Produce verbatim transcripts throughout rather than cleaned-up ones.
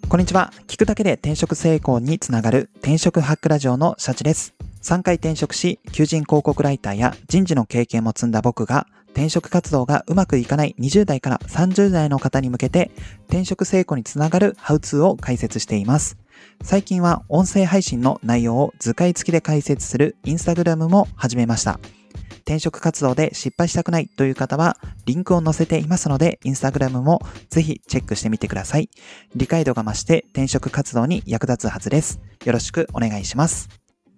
こんにちは。聞くだけで転職成功につながる転職ハックラジオのシャチです。さんかい転職し、求人広告ライターや人事の経験も積んだ僕が、転職活動がうまくいかないにじゅう代からさんじゅう代の方に向けて、転職成功につながるハウツーを解説しています。最近は音声配信の内容を図解付きで解説するインスタグラムも始めました。転職活動で失敗したくないという方はリンクを載せていますので、インスタグラムもぜひチェックしてみてください。理解度が増して転職活動に役立つはずです。よろしくお願いします。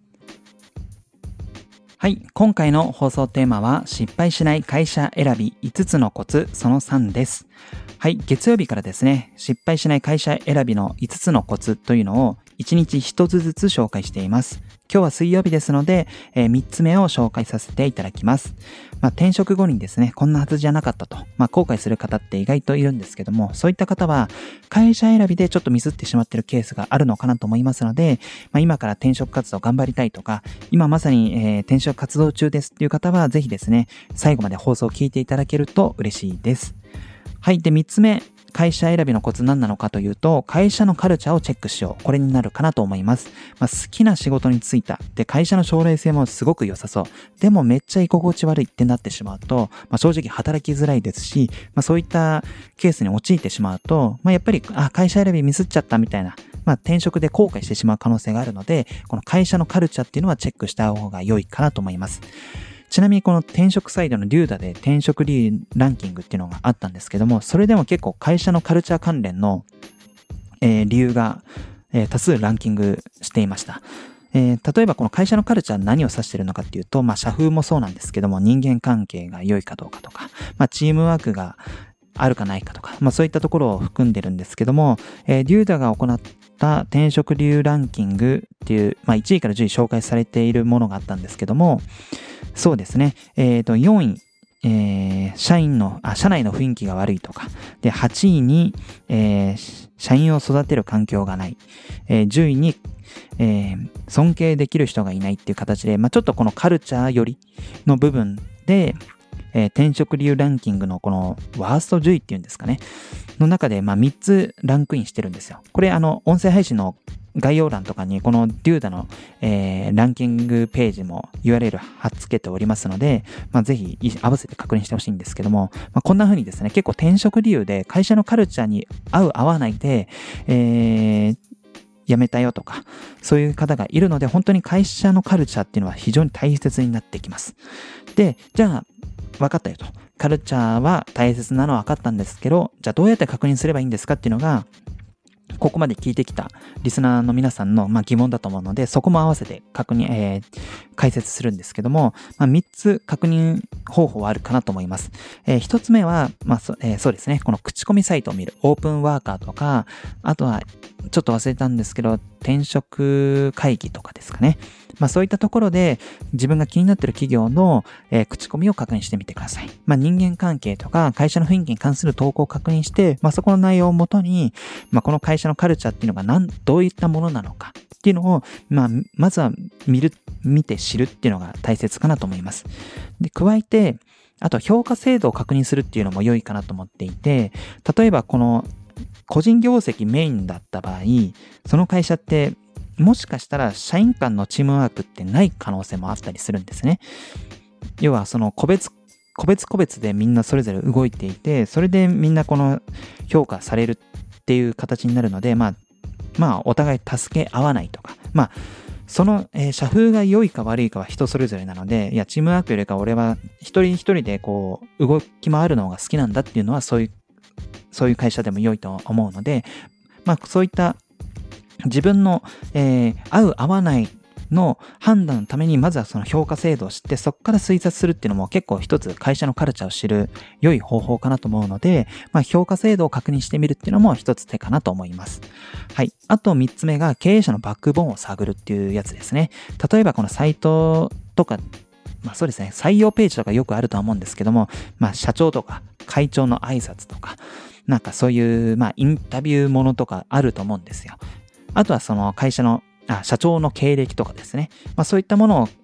はい、今回の放送テーマは失敗しない会社選びいつつのコツそのさんです。はい、月曜日からですね、失敗しない会社選びのいつつのコツというのをいちにちひとつずつ紹介しています。今日は水曜日ですので、えー、みっつめを紹介させていただきます。まあ、転職後にですね、こんなはずじゃなかったと、まあ、後悔する方って意外といるんですけども、そういった方は会社選びでちょっとミスってしまっているケースがあるのかなと思いますので、まあ、今から転職活動頑張りたいとか、今まさに、えー、転職活動中ですっていう方はぜひですね、最後まで放送を聞いていただけると嬉しいです。はい。で、みっつめ。会社選びのコツ何なのかというと、会社のカルチャーをチェックしよう。これになるかなと思います。まあ、好きな仕事に就いた。で、会社の将来性もすごく良さそう。でもめっちゃ居心地悪いってなってしまうと、まあ、正直働きづらいですし、まあ、そういったケースに陥ってしまうと、まあ、やっぱり、あ、会社選びミスっちゃったみたいな、まあ、転職で後悔してしまう可能性があるので、この会社のカルチャーっていうのはチェックした方が良いかなと思います。ちなみにこの転職サイドのリューダで転職理由ランキングっていうのがあったんですけども、それでも結構会社のカルチャー関連の、えー、理由が、えー、多数ランキングしていました。えー、例えばこの会社のカルチャー何を指しているのかっていうと、まあ社風もそうなんですけども、人間関係が良いかどうかとか、まあチームワークがあるかないかとか、まあそういったところを含んでるんですけども、えー、リューダが行った転職理由ランキングっていう、まあいちいからじゅうい紹介されているものがあったんですけども、そうですね。えっと、よんい、えー、社員の、あ、社内の雰囲気が悪いとか。で、はちいに、えー、社員を育てる環境がない。えー、じゅういに、えー、尊敬できる人がいないっていう形で、まあ、ちょっとこのカルチャー寄りの部分で、えー、転職理由ランキングのこのワーストじゅういっていうんですかね。の中で、まあ、みっつランクインしてるんですよ。これ、あの、音声配信の概要欄とかにこのデューダの、えー、ランキングページも ユーアールエル 貼っ付けておりますので、まあ、ぜひ合わせて確認してほしいんですけども、まあ、こんな風にですね、結構転職理由で会社のカルチャーに合う合わないで、えー、辞めたよとか、そういう方がいるので、本当に会社のカルチャーっていうのは非常に大切になってきます。で、じゃあ、分かったよと。カルチャーは大切なのは分かったんですけど、じゃあどうやって確認すればいいんですかっていうのが、ここまで聞いてきたリスナーの皆さんの、まあ、疑問だと思うので、そこも合わせて確認、えー、解説するんですけども、まあ、みっつ確認方法はあるかなと思います。えー、ひとつめは、まあそえー、そうですね、この口コミサイトを見る。オープンワーカーとか、あとは、ちょっと忘れたんですけど、転職会議とかですかね。まあそういったところで自分が気になっている企業の、えー、口コミを確認してみてください。まあ人間関係とか会社の雰囲気に関する投稿を確認して、まあそこの内容をもとに、まあこの会社のカルチャーっていうのが何、どういったものなのかっていうのを、まあまずは見る、見て知るっていうのが大切かなと思います。で、加えて、あと評価制度を確認するっていうのも良いかなと思っていて、例えばこの個人業績メインだった場合、その会社ってもしかしたら社員間のチームワークってない可能性もあったりするんですね。要はその個別個別個別でみんなそれぞれ動いていて、それでみんなこの評価されるっていう形になるので、まあまあお互い助け合わないとか、まあその、えー、社風が良いか悪いかは人それぞれなので、いやチームワークよりか俺は一人一人でこう動き回るのが好きなんだっていうのはそういうそういう会社でも良いと思うので、まあそういった自分の、えー、合う合わないの判断のためにまずはその評価制度を知ってそこから推察するっていうのも結構一つ会社のカルチャーを知る良い方法かなと思うので、まあ評価制度を確認してみるっていうのも一つ手かなと思います。はい。あと三つ目が経営者のバックボーンを探るっていうやつですね。例えばこのサイトとか、まあそうですね、採用ページとかよくあるとは思うんですけども、まあ社長とか会長の挨拶とか、なんかそういうまあインタビューものとかあると思うんですよ。あとはその会社のあ社長の経歴とかですね。まあそういったものを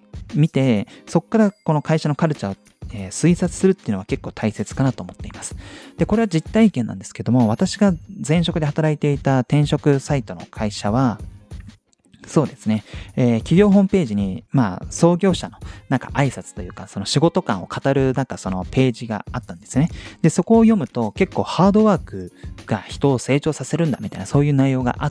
見て、そこからこの会社のカルチャーを、えー、推察するっていうのは結構大切かなと思っています。で、これは実体験なんですけども、私が前職で働いていた転職サイトの会社は、そうですね、えー、企業ホームページに、まあ、創業者のなんか挨拶というか、その仕事感を語るなんかそのページがあったんですね。で、そこを読むと結構ハードワークが人を成長させるんだみたいな、そういう内容があって、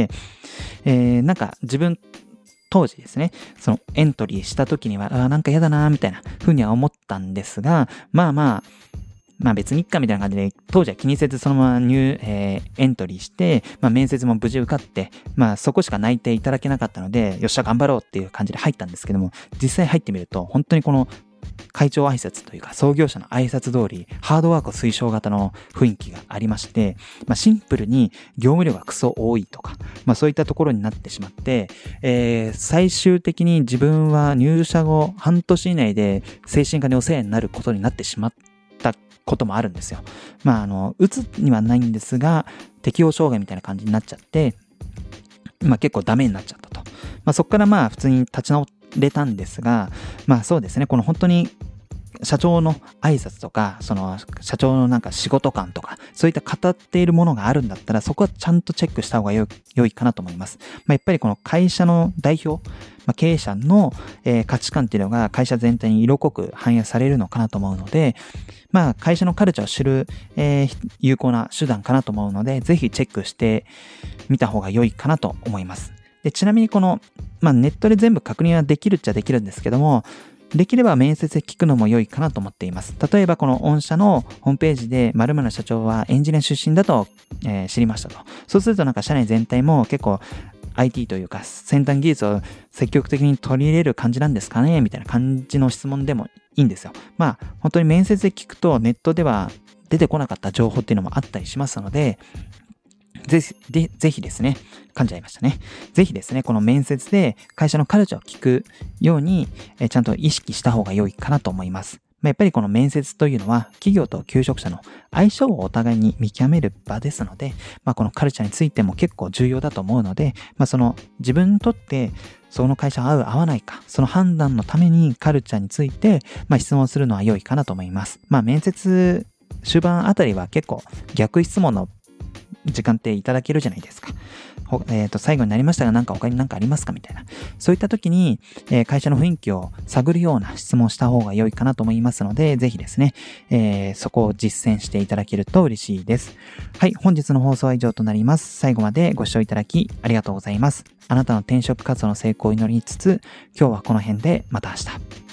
えー、なんか自分、当時ですね、そのエントリーした時には、あーなんか嫌だなーみたいな風には思ったんですが、まあまあ、まあ別にいっかみたいな感じで、当時は気にせずそのまま入、えー、エントリーして、まあ面接も無事受かって、まあそこしか内定いただけなかったので、よっしゃ頑張ろうっていう感じで入ったんですけども、実際入ってみると、本当にこの会長挨拶というか、創業者の挨拶通り、ハードワーク推奨型の雰囲気がありまして、まあシンプルに業務量がクソ多いとか、まあそういったところになってしまって、えー、最終的に自分は入社後半年以内で精神科にお世話になることになってしまったこともあるんですよ。まああの、うつにはないんですが、適応障害みたいな感じになっちゃって、まあ結構ダメになっちゃったと。まあそこからまあ普通に立ち直れたんですが、まあそうですね、この本当に社長の挨拶とか、その社長のなんか仕事感とか、そういった語っているものがあるんだったら、そこはちゃんとチェックした方がよい、良いかなと思います。まあ、やっぱりこの会社の代表、まあ、経営者の、えー、価値観っていうのが会社全体に色濃く反映されるのかなと思うので、まあ会社のカルチャーを知る、えー、有効な手段かなと思うので、ぜひチェックしてみた方が良いかなと思います。で、ちなみにこの、まあネットで全部確認はできるっちゃできるんですけども、できれば面接で聞くのも良いかなと思っています。例えばこの御社のホームページで〇〇社長はエンジニア出身だと、えー、知りましたと。そうするとなんか社内全体も結構 アイティー というか先端技術を積極的に取り入れる感じなんですかねみたいな感じの質問でもいいんですよ。まあ本当に面接で聞くとネットでは出てこなかった情報っていうのもあったりしますので、ぜひ、で、ぜひですね、噛んじゃいましたね。ぜひですね、この面接で会社のカルチャーを聞くように、えちゃんと意識した方が良いかなと思います。まあ、やっぱりこの面接というのは企業と求職者の相性をお互いに見極める場ですので、まあ、このカルチャーについても結構重要だと思うので、まあ、その自分にとってその会社合う合わないか、その判断のためにカルチャーについて、まあ、質問するのは良いかなと思います。まあ、面接終盤あたりは結構逆質問の時間っていただけるじゃないですか。えっと、最後になりましたが、なんか他に何かありますかみたいな。そういった時に、えー、会社の雰囲気を探るような質問をした方が良いかなと思いますので、ぜひですね、えー、そこを実践していただけると嬉しいです。はい、本日の放送は以上となります。最後までご視聴いただきありがとうございます。あなたの転職活動の成功を祈りつつ、今日はこの辺でまた明日。